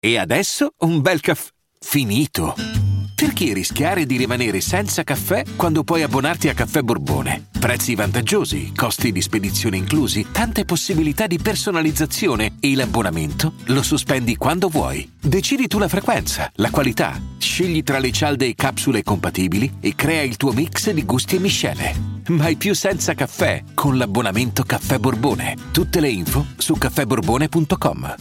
E adesso un bel caffè finito. Perché rischiare di rimanere senza caffè quando puoi abbonarti a Caffè Borbone? Prezzi vantaggiosi, costi di spedizione inclusi, tante possibilità di personalizzazione e l'abbonamento lo sospendi quando vuoi. Decidi tu la frequenza, la qualità, scegli tra le cialde e capsule compatibili e crea il tuo mix di gusti e miscele. Mai più senza caffè con l'abbonamento Caffè Borbone. Tutte le info su caffèborbone.com.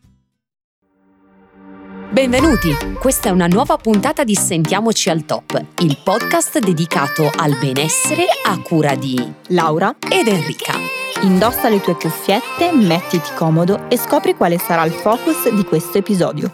Benvenuti, questa è una nuova puntata di Sentiamoci al Top, il podcast dedicato al benessere a cura di Laura ed Enrica. Indossa le tue cuffiette, mettiti comodo e scopri quale sarà il focus di questo episodio.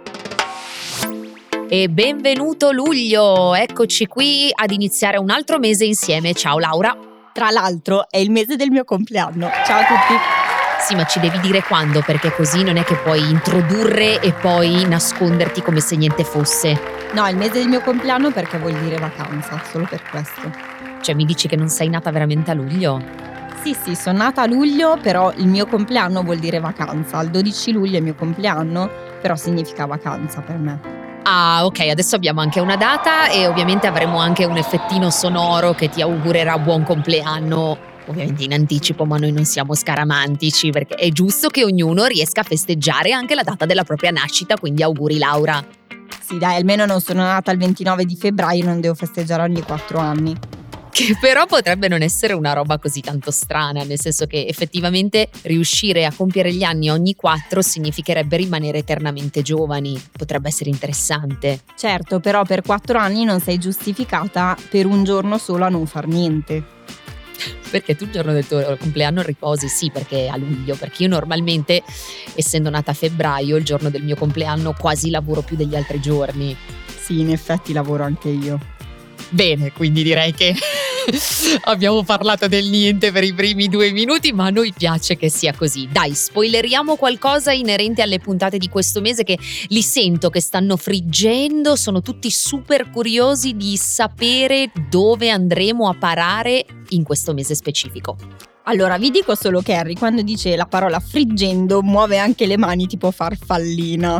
E benvenuto luglio, eccoci qui ad iniziare un altro mese insieme. Ciao Laura. Tra l'altro è il mese del mio compleanno. Ciao a tutti. Sì, ma ci devi dire quando, perché così non è che puoi introdurre e poi nasconderti come se niente fosse. No, è il mese del mio compleanno perché vuol dire vacanza, solo per questo. Cioè mi dici che non sei nata veramente a luglio? Sì, sono nata a luglio, però il mio compleanno vuol dire vacanza. Il 12 luglio è il mio compleanno, però significa vacanza per me. Ah, ok, adesso abbiamo anche una data e ovviamente avremo anche un effettino sonoro che ti augurerà buon compleanno. Ovviamente in anticipo, ma noi non siamo scaramantici perché è giusto che ognuno riesca a festeggiare anche la data della propria nascita, quindi auguri Laura. Sì dai, almeno non sono nata il 29 di febbraio, non devo festeggiare ogni 4 anni. Che però potrebbe non essere una roba così tanto strana, nel senso che effettivamente riuscire a compiere gli anni ogni 4 significherebbe rimanere eternamente giovani, potrebbe essere interessante. Certo, però per 4 anni non sei giustificata per un giorno solo a non far niente. Perché tu il giorno del tuo compleanno riposi? Sì, perché è a luglio, perché io normalmente, essendo nata a febbraio, il giorno del mio compleanno quasi lavoro più degli altri giorni. Sì, in effetti lavoro anche io. Bene, quindi direi che abbiamo parlato del niente per i primi 2 minuti, ma a noi piace che sia così. Dai, spoileriamo qualcosa inerente alle puntate di questo mese che li sento che stanno friggendo, sono tutti super curiosi di sapere dove andremo a parare in questo mese specifico. Allora, vi dico solo che Harry, quando dice la parola friggendo, muove anche le mani tipo farfallina.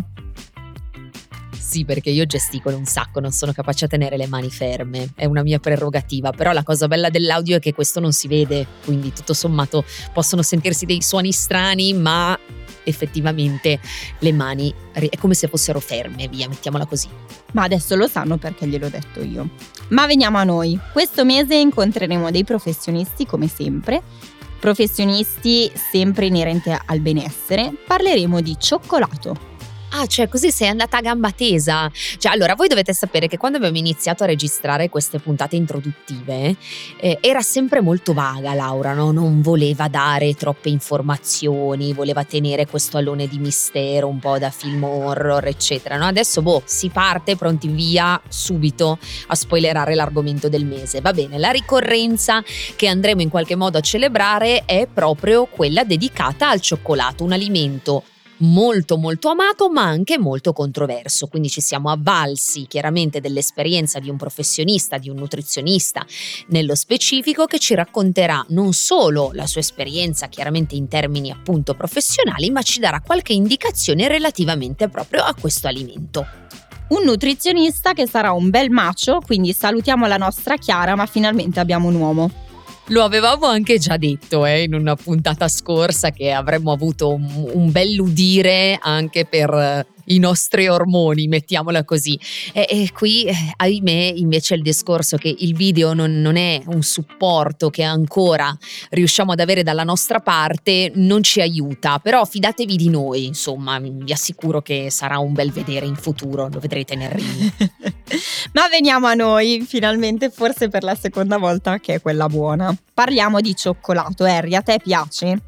Sì, perché io gesticolo un sacco, non sono capace a tenere le mani ferme, è una mia prerogativa, però la cosa bella dell'audio è che questo non si vede, quindi tutto sommato possono sentirsi dei suoni strani, ma effettivamente le mani è come se fossero ferme, via, mettiamola così. Ma adesso lo sanno perché gliel'ho detto io. Ma veniamo a noi. Questo mese incontreremo dei professionisti come sempre, professionisti sempre inerenti al benessere, parleremo di cioccolato. Ah, cioè così sei andata a gamba tesa. Cioè allora voi dovete sapere che quando abbiamo iniziato a registrare queste puntate introduttive era sempre molto vaga Laura, no? Non voleva dare troppe informazioni, voleva tenere questo alone di mistero un po' da film horror eccetera, no? Adesso si parte pronti via subito a spoilerare l'argomento del mese. Va bene, la ricorrenza che andremo in qualche modo a celebrare è proprio quella dedicata al cioccolato, un alimento molto molto amato ma anche molto controverso, quindi ci siamo avvalsi chiaramente dell'esperienza di un professionista, di un nutrizionista nello specifico, che ci racconterà non solo la sua esperienza chiaramente in termini appunto professionali, ma ci darà qualche indicazione relativamente proprio a questo alimento. Un nutrizionista che sarà un bel macho, quindi salutiamo la nostra Chiara, ma finalmente abbiamo un uomo. Lo avevamo anche già detto in una puntata scorsa che avremmo avuto un bell'udire anche per i nostri ormoni, mettiamola così. E qui, ahimè, invece il discorso che il video non è un supporto che ancora riusciamo ad avere dalla nostra parte non ci aiuta, però fidatevi di noi, insomma, vi assicuro che sarà un bel vedere in futuro, lo vedrete nel reel. Ma veniamo a noi, finalmente, forse per la seconda volta, che è quella buona. Parliamo di cioccolato. Harry, a te piace?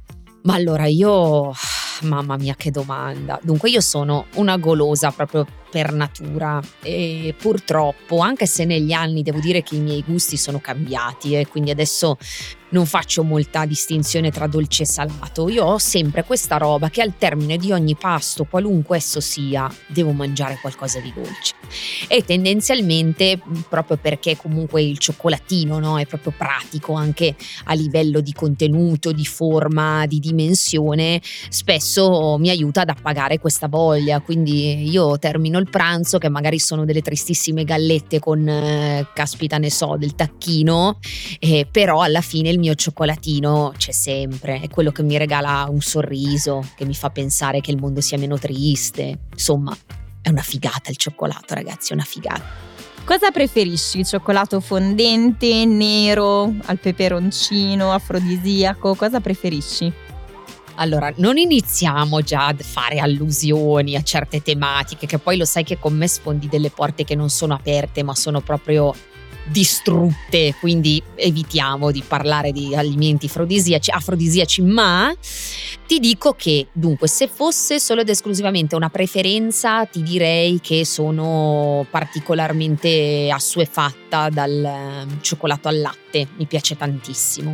Ma allora io... Mamma mia che domanda. Dunque io sono una golosa proprio per natura e purtroppo, anche se negli anni devo dire che i miei gusti sono cambiati e quindi adesso non faccio molta distinzione tra dolce e salato, io ho sempre questa roba che al termine di ogni pasto, qualunque esso sia, devo mangiare qualcosa di dolce. E tendenzialmente, proprio perché comunque il cioccolatino, no, è proprio pratico anche a livello di contenuto, di forma, di dimensione, spesso mi aiuta ad appagare questa voglia. Quindi io termino il pranzo, che magari sono delle tristissime gallette con caspita ne so, del tacchino, però alla fine il mio cioccolatino c'è sempre, è quello che mi regala un sorriso, che mi fa pensare che il mondo sia meno triste. Insomma, è una figata il cioccolato, ragazzi, è una figata. Cosa preferisci? Cioccolato fondente, nero, al peperoncino, afrodisiaco? Cosa preferisci? Allora, non iniziamo già a fare allusioni a certe tematiche, che poi lo sai che con me sfondi delle porte che non sono aperte, ma sono proprio distrutte, quindi evitiamo di parlare di alimenti afrodisiaci, ma ti dico che dunque, se fosse solo ed esclusivamente una preferenza, ti direi che sono particolarmente assuefatta dal cioccolato al latte, mi piace tantissimo.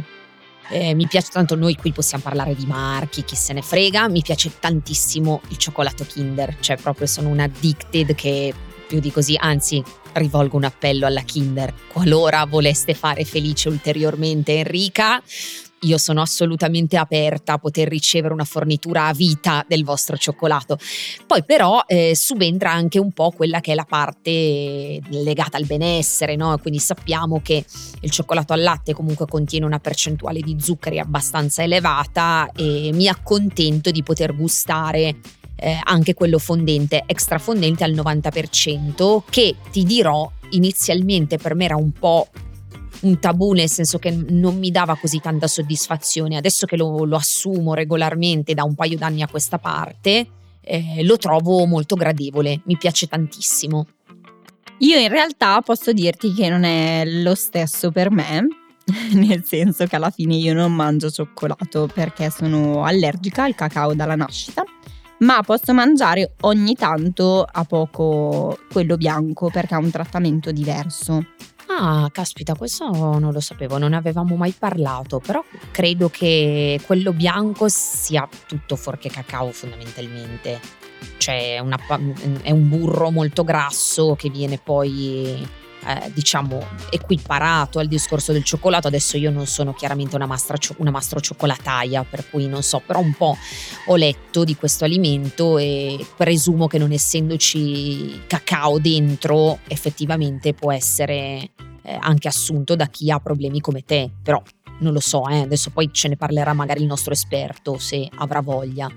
Mi piace tanto, noi qui possiamo parlare di marchi, chi se ne frega, mi piace tantissimo il cioccolato Kinder, cioè proprio sono una addicted che più di così, anzi rivolgo un appello alla Kinder, qualora voleste fare felice ulteriormente Enrica, io sono assolutamente aperta a poter ricevere una fornitura a vita del vostro cioccolato. Poi però subentra anche un po' quella che è la parte legata al benessere, no? Quindi sappiamo che il cioccolato al latte comunque contiene una percentuale di zuccheri abbastanza elevata e mi accontento di poter gustare anche quello fondente, extra fondente al 90%, che ti dirò inizialmente per me era un po' un tabù, nel senso che non mi dava così tanta soddisfazione. Adesso che lo assumo regolarmente da un paio d'anni a questa parte, lo trovo molto gradevole, mi piace tantissimo. Io in realtà posso dirti che non è lo stesso per me, nel senso che alla fine io non mangio cioccolato perché sono allergica al cacao dalla nascita, ma posso mangiare ogni tanto a poco quello bianco perché ha un trattamento diverso. Ah, caspita, questo non lo sapevo, non ne avevamo mai parlato, però credo che quello bianco sia tutto fuorché cacao fondamentalmente. Cioè è un burro molto grasso che viene poi diciamo equiparato al discorso del cioccolato. Adesso io non sono chiaramente una mastro cioccolataia, per cui non so, però un po' ho letto di questo alimento e presumo che non essendoci cacao dentro effettivamente può essere anche assunto da chi ha problemi come te, però non lo so, adesso poi ce ne parlerà magari il nostro esperto se avrà voglia.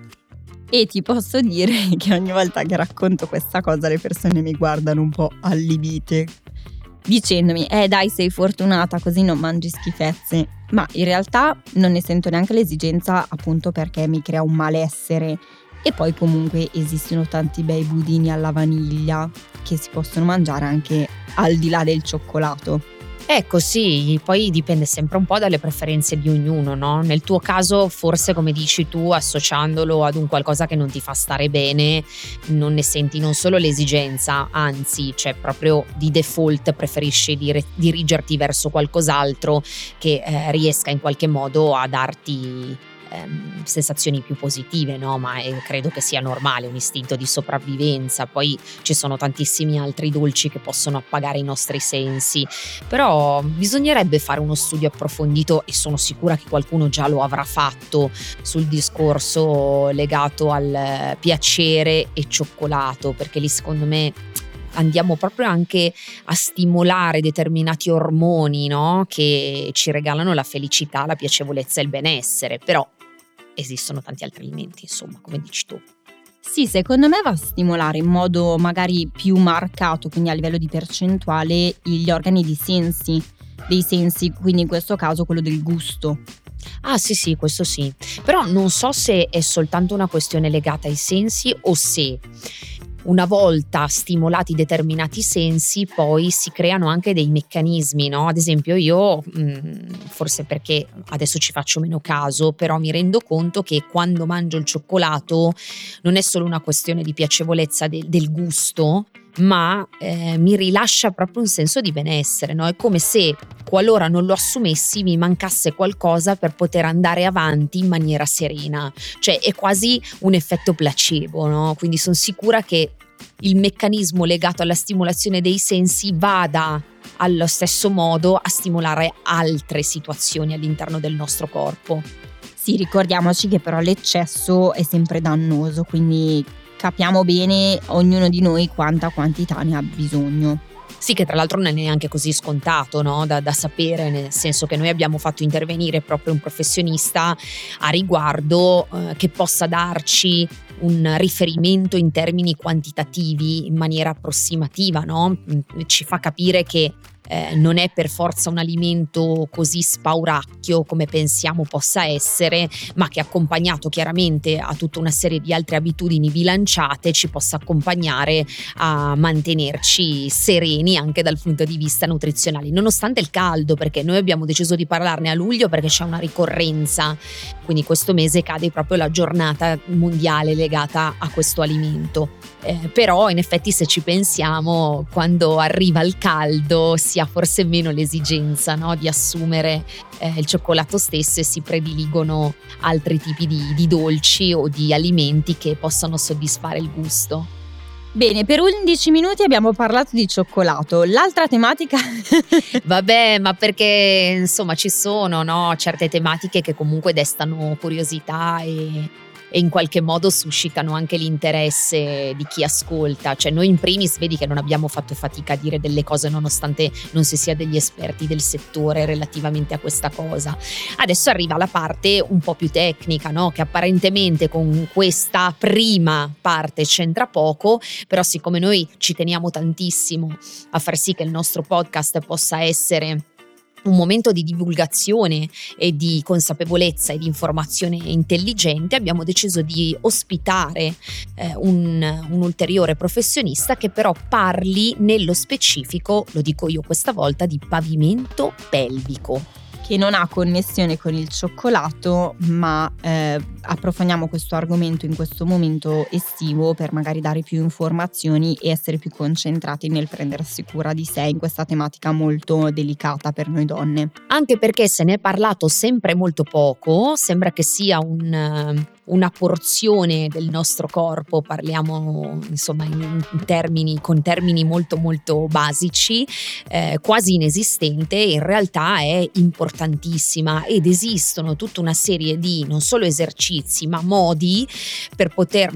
E ti posso dire che ogni volta che racconto questa cosa le persone mi guardano un po' allibite, dicendomi dai, sei fortunata, così non mangi schifezze. Ma in realtà non ne sento neanche l'esigenza, appunto perché mi crea un malessere. E poi comunque esistono tanti bei budini alla vaniglia che si possono mangiare anche al di là del cioccolato. Ecco, sì, poi dipende sempre un po' dalle preferenze di ognuno, no? Nel tuo caso, forse come dici tu, associandolo ad un qualcosa che non ti fa stare bene, non ne senti non solo l'esigenza, anzi, cioè proprio di default preferisci dirigerti verso qualcos'altro che riesca in qualche modo a darti sensazioni più positive, no? Ma credo che sia normale, un istinto di sopravvivenza. Poi ci sono tantissimi altri dolci che possono appagare i nostri sensi, però bisognerebbe fare uno studio approfondito, e sono sicura che qualcuno già lo avrà fatto, sul discorso legato al piacere e cioccolato, perché lì secondo me andiamo proprio anche a stimolare determinati ormoni, no? Che ci regalano la felicità, la piacevolezza e il benessere, però esistono tanti altri alimenti, insomma, come dici tu. Sì, secondo me va a stimolare in modo magari più marcato, quindi a livello di percentuale, gli organi dei sensi, quindi in questo caso quello del gusto. Ah sì, questo sì, però non so se è soltanto una questione legata ai sensi o se una volta stimolati determinati sensi poi si creano anche dei meccanismi, no? Ad esempio io, forse perché adesso ci faccio meno caso, però mi rendo conto che quando mangio il cioccolato non è solo una questione di piacevolezza del gusto, ma mi rilascia proprio un senso di benessere, no? È come se, qualora non lo assumessi, mi mancasse qualcosa per poter andare avanti in maniera serena. Cioè è quasi un effetto placebo, no? Quindi sono sicura che il meccanismo legato alla stimolazione dei sensi vada allo stesso modo a stimolare altre situazioni all'interno del nostro corpo. Sì, ricordiamoci che però l'eccesso è sempre dannoso, quindi capiamo bene ognuno di noi quanta quantità ne ha bisogno. Sì, che tra l'altro non è neanche così scontato, no? da sapere, nel senso che noi abbiamo fatto intervenire proprio un professionista a riguardo che possa darci un riferimento in termini quantitativi in maniera approssimativa, no? Ci fa capire che non è per forza un alimento così spauracchio come pensiamo possa essere, ma che accompagnato chiaramente a tutta una serie di altre abitudini bilanciate ci possa accompagnare a mantenerci sereni anche dal punto di vista nutrizionale, nonostante il caldo, perché noi abbiamo deciso di parlarne a luglio perché c'è una ricorrenza, quindi questo mese cade proprio la giornata mondiale legata a questo alimento. Però in effetti, se ci pensiamo, quando arriva il caldo si ha forse meno l'esigenza, no, di assumere il cioccolato stesso, e si prediligono altri tipi di dolci o di alimenti che possano soddisfare il gusto. Bene, per 11 minuti abbiamo parlato di cioccolato. L'altra tematica Vabbè, ma perché insomma ci sono, no, certe tematiche che comunque destano curiosità e in qualche modo suscitano anche l'interesse di chi ascolta. Cioè noi in primis vedi che non abbiamo fatto fatica a dire delle cose nonostante non si sia degli esperti del settore relativamente a questa cosa. Adesso arriva la parte un po' più tecnica, no? Che apparentemente con questa prima parte c'entra poco, però siccome noi ci teniamo tantissimo a far sì che il nostro podcast possa essere un momento di divulgazione e di consapevolezza e di informazione intelligente, abbiamo deciso di ospitare un ulteriore professionista che però parli nello specifico, lo dico io questa volta, di pavimento pelvico. che non ha connessione con il cioccolato, ma approfondiamo questo argomento in questo momento estivo per magari dare più informazioni e essere più concentrati nel prendersi cura di sé in questa tematica molto delicata per noi donne. Anche perché se ne è parlato sempre molto poco, sembra che sia una porzione del nostro corpo, parliamo insomma con termini molto molto basici, quasi inesistente. In realtà è importantissima ed esistono tutta una serie di non solo esercizi ma modi per poter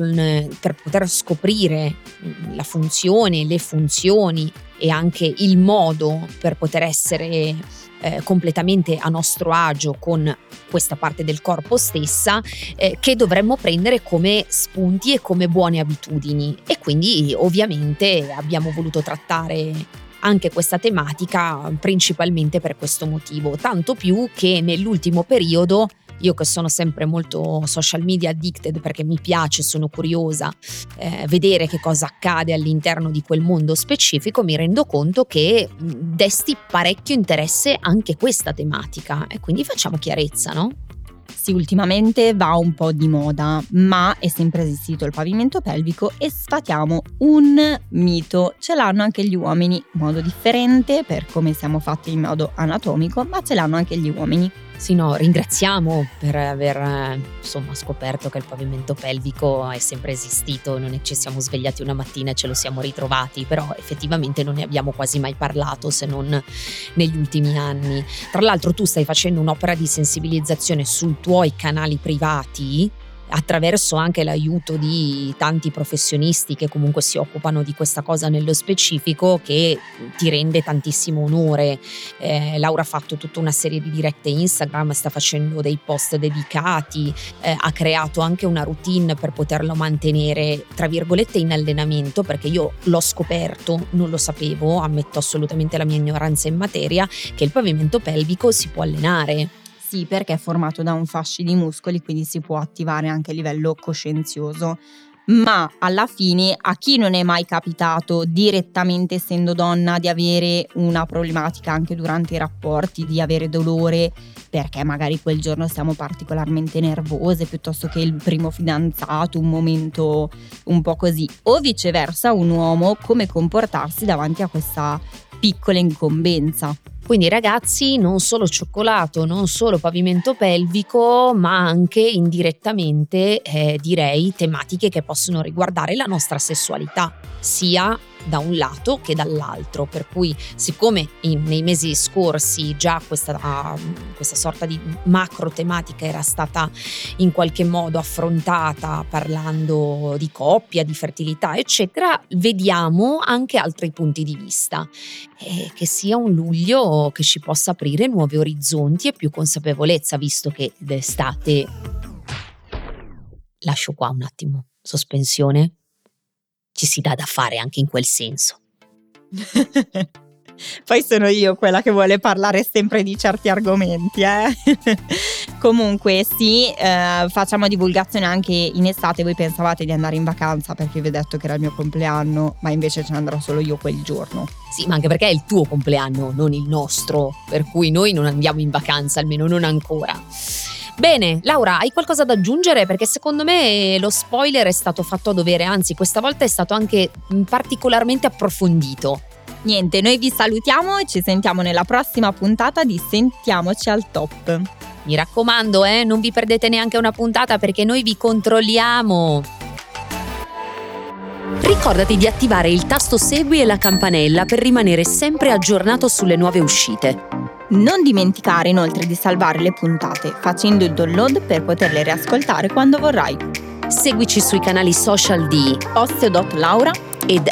scoprire la funzione, le funzioni e anche il modo per poter essere completamente a nostro agio con questa parte del corpo stessa, che dovremmo prendere come spunti e come buone abitudini. E quindi ovviamente abbiamo voluto trattare anche questa tematica principalmente per questo motivo, tanto più che nell'ultimo periodo, io che sono sempre molto social media addicted perché mi piace, sono curiosa vedere che cosa accade all'interno di quel mondo specifico, mi rendo conto che desti parecchio interesse anche questa tematica e quindi facciamo chiarezza, no? Sì, ultimamente va un po' di moda, ma è sempre esistito il pavimento pelvico e sfatiamo un mito. Ce l'hanno anche gli uomini in modo differente per come siamo fatti in modo anatomico, ma ce l'hanno anche gli uomini. Sì, no, ringraziamo per aver scoperto che il pavimento pelvico è sempre esistito, non è che ci siamo svegliati una mattina e ce lo siamo ritrovati, però effettivamente non ne abbiamo quasi mai parlato se non negli ultimi anni. Tra l'altro tu stai facendo un'opera di sensibilizzazione sui tuoi canali privati attraverso anche l'aiuto di tanti professionisti che comunque si occupano di questa cosa nello specifico, che ti rende tantissimo onore. Laura ha fatto tutta una serie di dirette Instagram, sta facendo dei post dedicati, ha creato anche una routine per poterlo mantenere tra virgolette in allenamento, perché io l'ho scoperto, non lo sapevo, ammetto assolutamente la mia ignoranza in materia, che il pavimento pelvico si può allenare. Sì, perché è formato da un fascio di muscoli, quindi si può attivare anche a livello coscienzioso. ma alla fine a chi non è mai capitato direttamente essendo donna di avere una problematica anche durante i rapporti, di avere dolore perché magari quel giorno siamo particolarmente nervose piuttosto che il primo fidanzato, un momento un po' così, o viceversa un uomo, come comportarsi davanti a questa piccola incombenza. Quindi ragazzi, non solo cioccolato, non solo pavimento pelvico, ma anche indirettamente direi tematiche che possono riguardare la nostra sessualità, sia da un lato che dall'altro, per cui siccome nei mesi scorsi già questa sorta di macro tematica era stata in qualche modo affrontata parlando di coppia, di fertilità eccetera, vediamo anche altri punti di vista e che sia un luglio che ci possa aprire nuovi orizzonti e più consapevolezza, visto che d'estate, lascio qua un attimo, sospensione, ci si dà da fare anche in quel senso. Poi sono io quella che vuole parlare sempre di certi argomenti, Comunque sì, facciamo divulgazione anche in estate. Voi pensavate di andare in vacanza perché vi ho detto che era il mio compleanno, ma invece ce ne andrò solo io quel giorno. Sì, ma anche perché è il tuo compleanno, non il nostro, per cui noi non andiamo in vacanza, almeno non ancora. Bene, Laura, hai qualcosa da aggiungere? Perché secondo me lo spoiler è stato fatto a dovere, anzi questa volta è stato anche particolarmente approfondito. Niente, noi vi salutiamo e ci sentiamo nella prossima puntata di Sentiamoci al Top. Mi raccomando, non vi perdete neanche una puntata perché noi vi controlliamo. Ricordati di attivare il tasto segui e la campanella per rimanere sempre aggiornato sulle nuove uscite. Non dimenticare inoltre di salvare le puntate facendo il download per poterle riascoltare quando vorrai. Seguici sui canali social di Osteo.Laura ed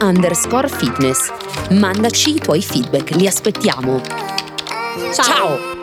Henry_Fitness. Mandaci i tuoi feedback, li aspettiamo. Ciao!